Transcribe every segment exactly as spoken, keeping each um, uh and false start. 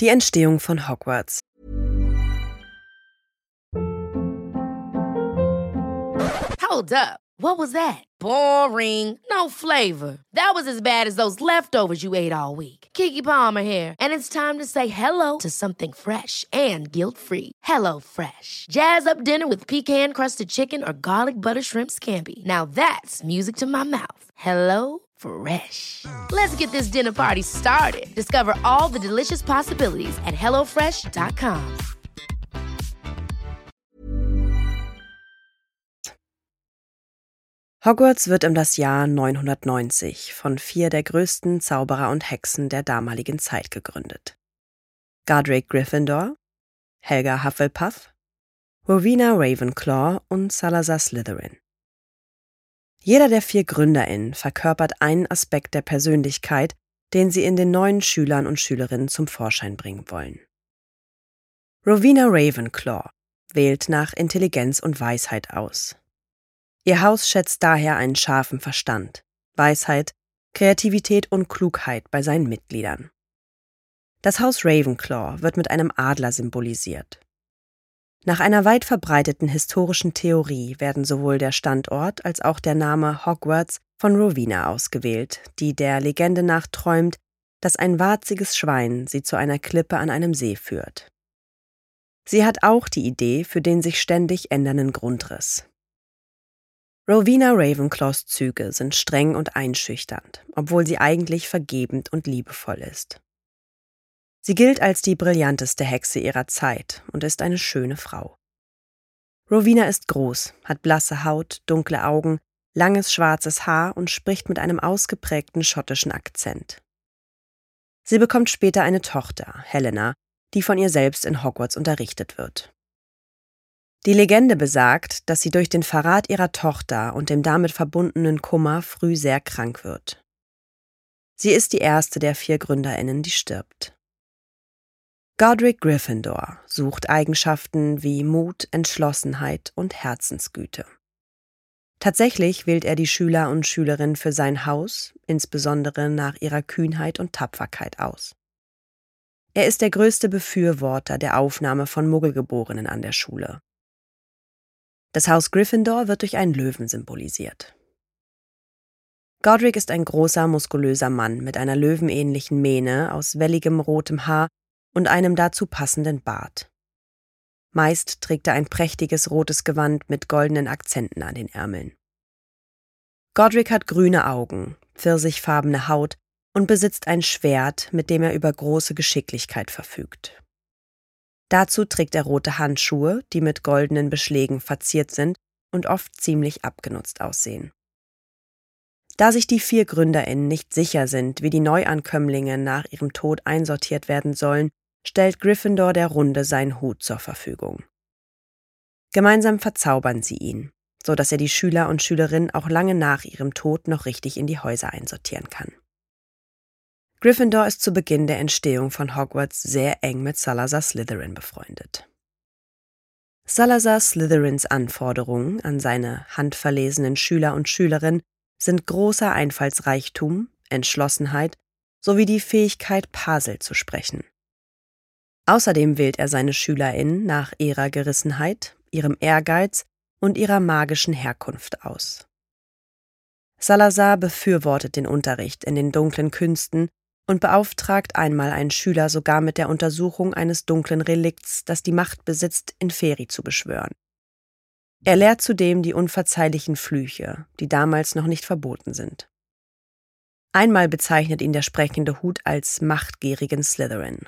Die Entstehung von Hogwarts. Hold up. What was that? Boring. No flavor. That was as bad as those leftovers you ate all week. Keke Palmer here, and it's time to say hello to something fresh and guilt-free. Hello Fresh. Jazz up dinner with pecan-crusted chicken or garlic butter shrimp scampi. Now that's music to my mouth. Hello Fresh. Let's get this dinner party started. Discover all the delicious possibilities at hello fresh dot com. Hogwarts wird um das Jahr neunhundertneunzig von vier der größten Zauberer und Hexen der damaligen Zeit gegründet. Godric Gryffindor, Helga Hufflepuff, Rowena Ravenclaw und Salazar Slytherin. Jeder der vier GründerInnen verkörpert einen Aspekt der Persönlichkeit, den sie in den neuen Schülern und Schülerinnen zum Vorschein bringen wollen. Rowena Ravenclaw wählt nach Intelligenz und Weisheit aus. Ihr Haus schätzt daher einen scharfen Verstand, Weisheit, Kreativität und Klugheit bei seinen Mitgliedern. Das Haus Ravenclaw wird mit einem Adler symbolisiert. Nach einer weit verbreiteten historischen Theorie werden sowohl der Standort als auch der Name Hogwarts von Rowena ausgewählt, die der Legende nach träumt, dass ein warziges Schwein sie zu einer Klippe an einem See führt. Sie hat auch die Idee für den sich ständig ändernden Grundriss. Rowena Ravenclaws Züge sind streng und einschüchternd, obwohl sie eigentlich vergebend und liebevoll ist. Sie gilt als die brillanteste Hexe ihrer Zeit und ist eine schöne Frau. Rowena ist groß, hat blasse Haut, dunkle Augen, langes schwarzes Haar und spricht mit einem ausgeprägten schottischen Akzent. Sie bekommt später eine Tochter, Helena, die von ihr selbst in Hogwarts unterrichtet wird. Die Legende besagt, dass sie durch den Verrat ihrer Tochter und dem damit verbundenen Kummer früh sehr krank wird. Sie ist die erste der vier GründerInnen, die stirbt. Godric Gryffindor sucht Eigenschaften wie Mut, Entschlossenheit und Herzensgüte. Tatsächlich wählt er die Schüler und Schülerinnen für sein Haus, insbesondere nach ihrer Kühnheit und Tapferkeit aus. Er ist der größte Befürworter der Aufnahme von Muggelgeborenen an der Schule. Das Haus Gryffindor wird durch einen Löwen symbolisiert. Godric ist ein großer, muskulöser Mann mit einer löwenähnlichen Mähne aus welligem rotem Haar und einem dazu passenden Bart. Meist trägt er ein prächtiges rotes Gewand mit goldenen Akzenten an den Ärmeln. Godric hat grüne Augen, pfirsichfarbene Haut und besitzt ein Schwert, mit dem er über große Geschicklichkeit verfügt. Dazu trägt er rote Handschuhe, die mit goldenen Beschlägen verziert sind und oft ziemlich abgenutzt aussehen. Da sich die vier GründerInnen nicht sicher sind, wie die Neuankömmlinge nach ihrem Tod einsortiert werden sollen, stellt Gryffindor der Runde seinen Hut zur Verfügung. Gemeinsam verzaubern sie ihn, so dass er die Schüler und Schülerinnen auch lange nach ihrem Tod noch richtig in die Häuser einsortieren kann. Gryffindor ist zu Beginn der Entstehung von Hogwarts sehr eng mit Salazar Slytherin befreundet. Salazar Slytherins Anforderungen an seine handverlesenen Schüler und Schülerinnen sind großer Einfallsreichtum, Entschlossenheit sowie die Fähigkeit, Pasel zu sprechen. Außerdem wählt er seine SchülerInnen nach ihrer Gerissenheit, ihrem Ehrgeiz und ihrer magischen Herkunft aus. Salazar befürwortet den Unterricht in den dunklen Künsten und beauftragt einmal einen Schüler sogar mit der Untersuchung eines dunklen Relikts, das die Macht besitzt, Inferi zu beschwören. Er lehrt zudem die unverzeihlichen Flüche, die damals noch nicht verboten sind. Einmal bezeichnet ihn der sprechende Hut als machtgierigen Slytherin.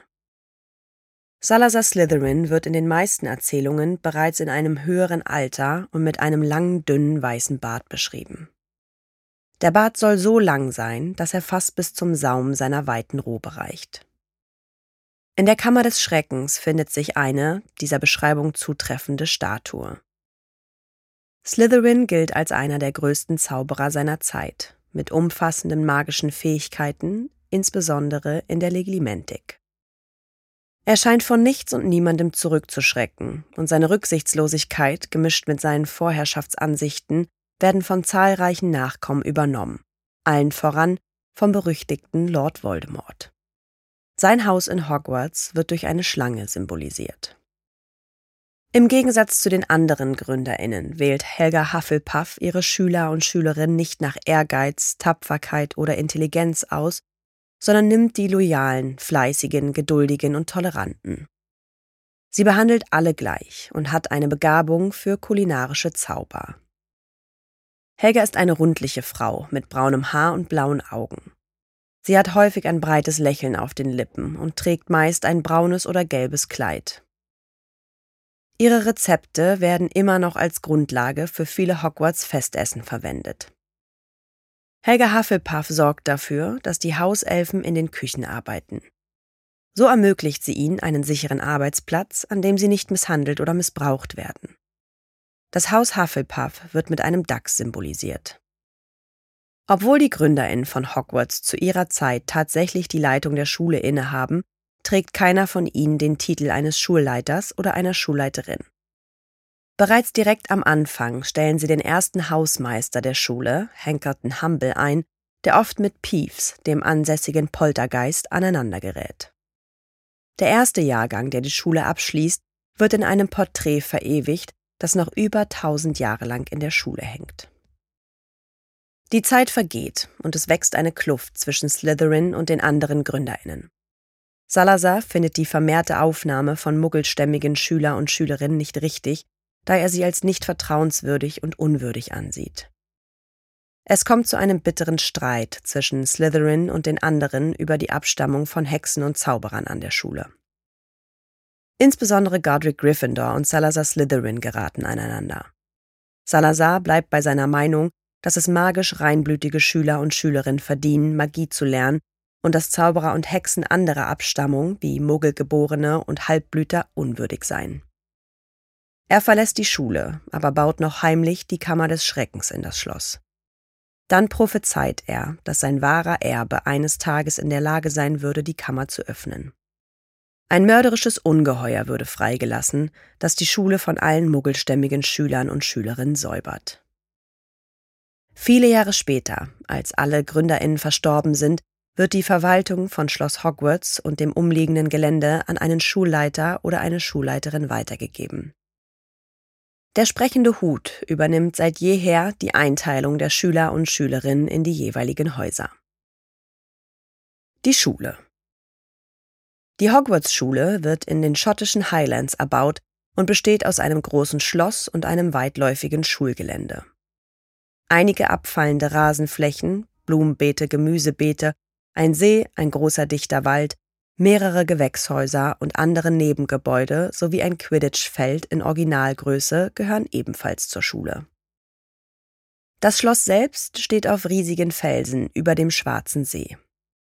Salazar Slytherin wird in den meisten Erzählungen bereits in einem höheren Alter und mit einem langen, dünnen, weißen Bart beschrieben. Der Bart soll so lang sein, dass er fast bis zum Saum seiner weiten Robe reicht. In der Kammer des Schreckens findet sich eine, dieser Beschreibung zutreffende Statue. Slytherin gilt als einer der größten Zauberer seiner Zeit, mit umfassenden magischen Fähigkeiten, insbesondere in der Legimentik. Er scheint von nichts und niemandem zurückzuschrecken, und seine Rücksichtslosigkeit, gemischt mit seinen Vorherrschaftsansichten, werden von zahlreichen Nachkommen übernommen, allen voran vom berüchtigten Lord Voldemort. Sein Haus in Hogwarts wird durch eine Schlange symbolisiert. Im Gegensatz zu den anderen GründerInnen wählt Helga Hufflepuff ihre Schüler und Schülerinnen nicht nach Ehrgeiz, Tapferkeit oder Intelligenz aus, sondern nimmt die loyalen, fleißigen, geduldigen und toleranten. Sie behandelt alle gleich und hat eine Begabung für kulinarische Zauber. Helga ist eine rundliche Frau mit braunem Haar und blauen Augen. Sie hat häufig ein breites Lächeln auf den Lippen und trägt meist ein braunes oder gelbes Kleid. Ihre Rezepte werden immer noch als Grundlage für viele Hogwarts-Festessen verwendet. Helga Hufflepuff sorgt dafür, dass die Hauselfen in den Küchen arbeiten. So ermöglicht sie ihnen einen sicheren Arbeitsplatz, an dem sie nicht misshandelt oder missbraucht werden. Das Haus Hufflepuff wird mit einem Dachs symbolisiert. Obwohl die GründerInnen von Hogwarts zu ihrer Zeit tatsächlich die Leitung der Schule innehaben, trägt keiner von ihnen den Titel eines Schulleiters oder einer Schulleiterin. Bereits direkt am Anfang stellen sie den ersten Hausmeister der Schule, Hankerton Humble, ein, der oft mit Peeves, dem ansässigen Poltergeist, aneinandergerät. Der erste Jahrgang, der die Schule abschließt, wird in einem Porträt verewigt, das noch über tausend Jahre lang in der Schule hängt. Die Zeit vergeht und es wächst eine Kluft zwischen Slytherin und den anderen GründerInnen. Salazar findet die vermehrte Aufnahme von muggelstämmigen Schüler und Schülerinnen nicht richtig, da er sie als nicht vertrauenswürdig und unwürdig ansieht. Es kommt zu einem bitteren Streit zwischen Slytherin und den anderen über die Abstammung von Hexen und Zauberern an der Schule. Insbesondere Godric Gryffindor und Salazar Slytherin geraten aneinander. Salazar bleibt bei seiner Meinung, dass es magisch reinblütige Schüler und Schülerinnen verdienen, Magie zu lernen und dass Zauberer und Hexen anderer Abstammung, wie Muggelgeborene und Halbblüter, unwürdig seien. Er verlässt die Schule, aber baut noch heimlich die Kammer des Schreckens in das Schloss. Dann prophezeit er, dass sein wahrer Erbe eines Tages in der Lage sein würde, die Kammer zu öffnen. Ein mörderisches Ungeheuer würde freigelassen, das die Schule von allen muggelstämmigen Schülern und Schülerinnen säubert. Viele Jahre später, als alle GründerInnen verstorben sind, wird die Verwaltung von Schloss Hogwarts und dem umliegenden Gelände an einen Schulleiter oder eine Schulleiterin weitergegeben. Der sprechende Hut übernimmt seit jeher die Einteilung der Schüler und Schülerinnen in die jeweiligen Häuser. Die Schule. Die Hogwarts-Schule wird in den schottischen Highlands erbaut und besteht aus einem großen Schloss und einem weitläufigen Schulgelände. Einige abfallende Rasenflächen, Blumenbeete, Gemüsebeete, ein See, ein großer dichter Wald, mehrere Gewächshäuser und andere Nebengebäude sowie ein Quidditch-Feld in Originalgröße gehören ebenfalls zur Schule. Das Schloss selbst steht auf riesigen Felsen über dem Schwarzen See.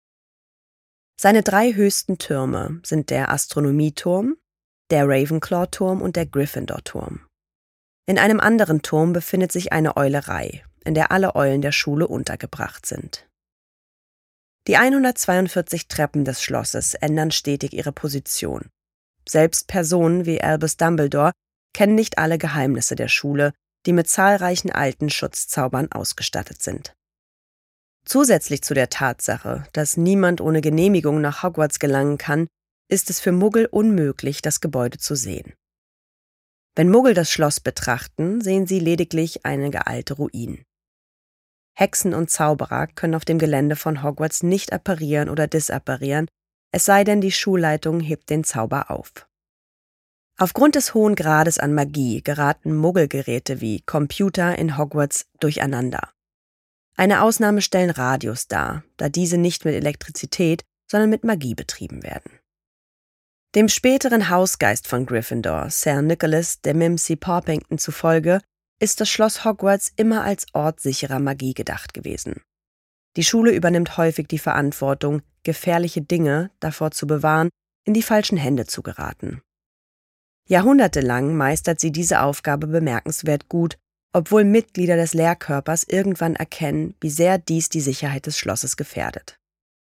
Seine drei höchsten Türme sind der Astronomieturm, der Ravenclaw-Turm und der Gryffindor-Turm. In einem anderen Turm befindet sich eine Eulerei, in der alle Eulen der Schule untergebracht sind. Die hundertzweiundvierzig Treppen des Schlosses ändern stetig ihre Position. Selbst Personen wie Albus Dumbledore kennen nicht alle Geheimnisse der Schule, die mit zahlreichen alten Schutzzaubern ausgestattet sind. Zusätzlich zu der Tatsache, dass niemand ohne Genehmigung nach Hogwarts gelangen kann, ist es für Muggel unmöglich, das Gebäude zu sehen. Wenn Muggel das Schloss betrachten, sehen sie lediglich einige alte Ruinen. Hexen und Zauberer können auf dem Gelände von Hogwarts nicht apparieren oder disapparieren, es sei denn, die Schulleitung hebt den Zauber auf. Aufgrund des hohen Grades an Magie geraten Muggelgeräte wie Computer in Hogwarts durcheinander. Eine Ausnahme stellen Radios dar, da diese nicht mit Elektrizität, sondern mit Magie betrieben werden. Dem späteren Hausgeist von Gryffindor, Sir Nicholas de Mimsy Porpington zufolge, ist das Schloss Hogwarts immer als Ort sicherer Magie gedacht gewesen. Die Schule übernimmt häufig die Verantwortung, gefährliche Dinge davor zu bewahren, in die falschen Hände zu geraten. Jahrhundertelang meistert sie diese Aufgabe bemerkenswert gut, obwohl Mitglieder des Lehrkörpers irgendwann erkennen, wie sehr dies die Sicherheit des Schlosses gefährdet.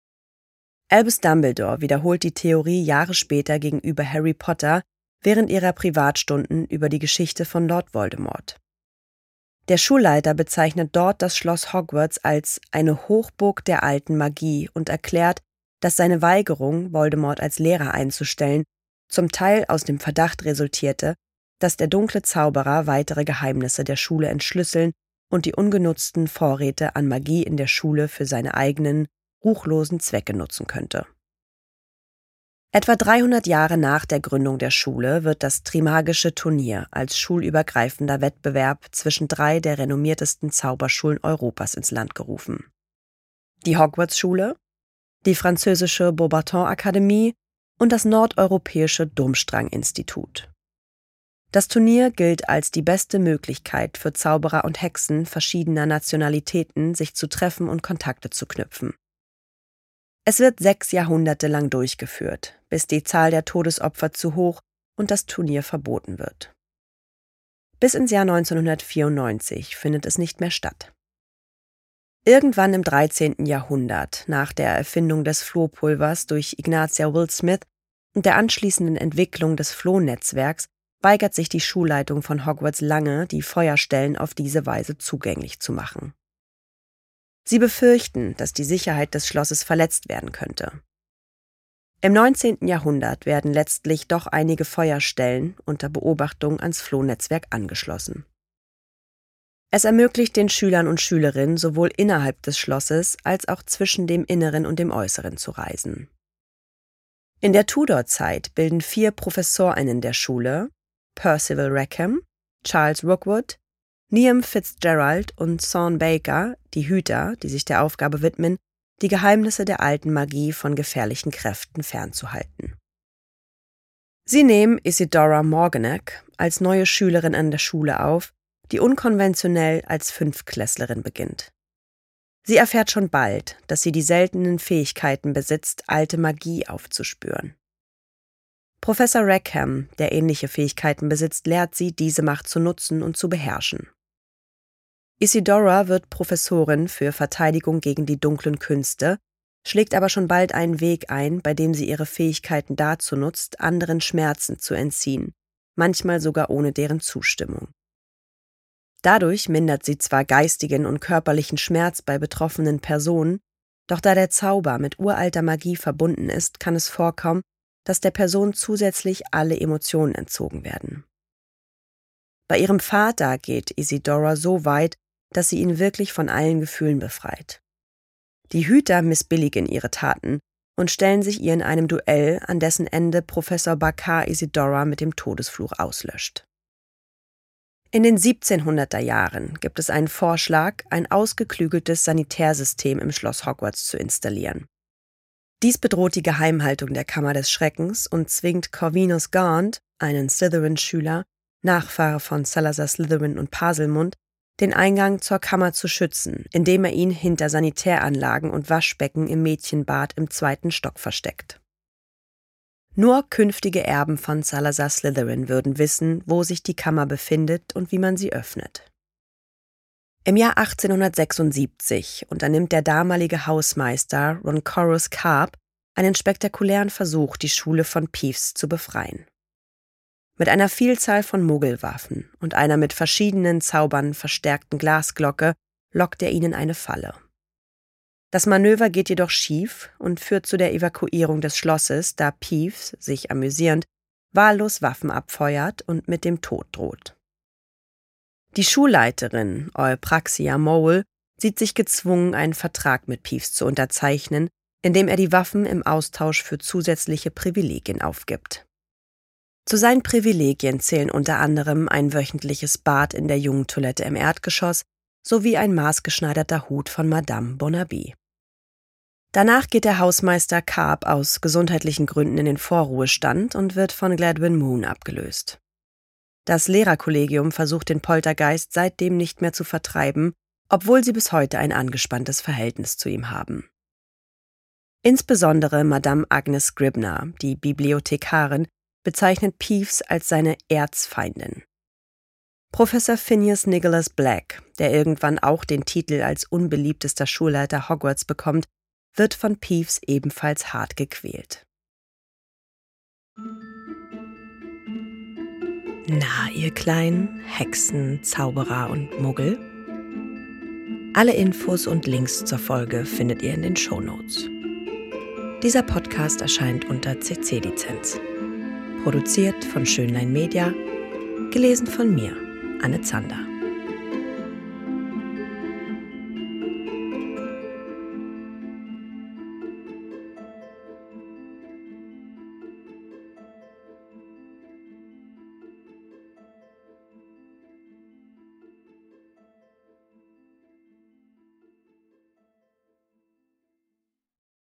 Albus Dumbledore wiederholt die Theorie Jahre später gegenüber Harry Potter während ihrer Privatstunden über die Geschichte von Lord Voldemort. Der Schulleiter bezeichnet dort das Schloss Hogwarts als eine Hochburg der alten Magie und erklärt, dass seine Weigerung, Voldemort als Lehrer einzustellen, zum Teil aus dem Verdacht resultierte, dass der dunkle Zauberer weitere Geheimnisse der Schule entschlüsseln und die ungenutzten Vorräte an Magie in der Schule für seine eigenen, ruchlosen Zwecke nutzen könnte. Etwa dreihundert Jahre nach der Gründung der Schule wird das Trimagische Turnier als schulübergreifender Wettbewerb zwischen drei der renommiertesten Zauberschulen Europas ins Land gerufen. Die Hogwarts-Schule, die französische Beauxbatons-Akademie und das nordeuropäische Durmstrang-Institut. Das Turnier gilt als die beste Möglichkeit für Zauberer und Hexen verschiedener Nationalitäten, sich zu treffen und Kontakte zu knüpfen. Es wird sechs Jahrhunderte lang durchgeführt, bis die Zahl der Todesopfer zu hoch und das Turnier verboten wird. Bis ins Jahr neunzehnhundertvierundneunzig findet es nicht mehr statt. Irgendwann im dreizehnten Jahrhundert, nach der Erfindung des Flohpulvers durch Ignazia Will Smith und der anschließenden Entwicklung des Flohnetzwerks, weigert sich die Schulleitung von Hogwarts lange, die Feuerstellen auf diese Weise zugänglich zu machen. Sie befürchten, dass die Sicherheit des Schlosses verletzt werden könnte. Im neunzehnten Jahrhundert werden letztlich doch einige Feuerstellen unter Beobachtung ans Flohnetzwerk angeschlossen. Es ermöglicht den Schülern und Schülerinnen sowohl innerhalb des Schlosses als auch zwischen dem Inneren und dem Äußeren zu reisen. In der Tudor-Zeit bilden vier ProfessorInnen der Schule, Percival Rackham, Charles Rookwood, Niamh Fitzgerald und Sean Baker, die Hüter, die sich der Aufgabe widmen, die Geheimnisse der alten Magie von gefährlichen Kräften fernzuhalten. Sie nehmen Isidora Morganach als neue Schülerin an der Schule auf, die unkonventionell als Fünftklässlerin beginnt. Sie erfährt schon bald, dass sie die seltenen Fähigkeiten besitzt, alte Magie aufzuspüren. Professor Rackham, der ähnliche Fähigkeiten besitzt, lehrt sie, diese Macht zu nutzen und zu beherrschen. Isidora wird Professorin für Verteidigung gegen die dunklen Künste, schlägt aber schon bald einen Weg ein, bei dem sie ihre Fähigkeiten dazu nutzt, anderen Schmerzen zu entziehen, manchmal sogar ohne deren Zustimmung. Dadurch mindert sie zwar geistigen und körperlichen Schmerz bei betroffenen Personen, doch da der Zauber mit uralter Magie verbunden ist, kann es vorkommen, dass der Person zusätzlich alle Emotionen entzogen werden. Bei ihrem Vater geht Isidora so weit, dass sie ihn wirklich von allen Gefühlen befreit. Die Hüter missbilligen ihre Taten und stellen sich ihr in einem Duell, an dessen Ende Professor Bakar Isidora mit dem Todesfluch auslöscht. In den siebzehnhunderter Jahren gibt es einen Vorschlag, ein ausgeklügeltes Sanitärsystem im Schloss Hogwarts zu installieren. Dies bedroht die Geheimhaltung der Kammer des Schreckens und zwingt Corvinus Gaunt, einen Slytherin-Schüler, Nachfahre von Salazar Slytherin und Paselmund, den Eingang zur Kammer zu schützen, indem er ihn hinter Sanitäranlagen und Waschbecken im Mädchenbad im zweiten Stock versteckt. Nur künftige Erben von Salazar Slytherin würden wissen, wo sich die Kammer befindet und wie man sie öffnet. Im Jahr achtzehnhundertsechsundsiebzig unternimmt der damalige Hausmeister Roncorus Carp einen spektakulären Versuch, die Schule von Peeves zu befreien. Mit einer Vielzahl von Muggelwaffen und einer mit verschiedenen Zaubern verstärkten Glasglocke lockt er ihn in eine Falle. Das Manöver geht jedoch schief und führt zu der Evakuierung des Schlosses, da Peeves, sich amüsierend, wahllos Waffen abfeuert und mit dem Tod droht. Die Schulleiterin, Eupraxia Mole, sieht sich gezwungen, einen Vertrag mit Peeves zu unterzeichnen, indem er die Waffen im Austausch für zusätzliche Privilegien aufgibt. Zu seinen Privilegien zählen unter anderem ein wöchentliches Bad in der Jungentoilette im Erdgeschoss sowie ein maßgeschneiderter Hut von Madame Bonaby. Danach geht der Hausmeister Carp aus gesundheitlichen Gründen in den Vorruhestand und wird von Gladwin Moon abgelöst. Das Lehrerkollegium versucht den Poltergeist seitdem nicht mehr zu vertreiben, obwohl sie bis heute ein angespanntes Verhältnis zu ihm haben. Insbesondere Madame Agnes Scribner, die Bibliothekarin, bezeichnet Peeves als seine Erzfeindin. Professor Phineas Nicholas Black, der irgendwann auch den Titel als unbeliebtester Schulleiter Hogwarts bekommt, wird von Peeves ebenfalls hart gequält. Na, ihr kleinen Hexen, Zauberer und Muggel? Alle Infos und Links zur Folge findet ihr in den Shownotes. Dieser Podcast erscheint unter C C-Lizenz. Produziert von Schönlein Media, gelesen von mir, Anne Zander.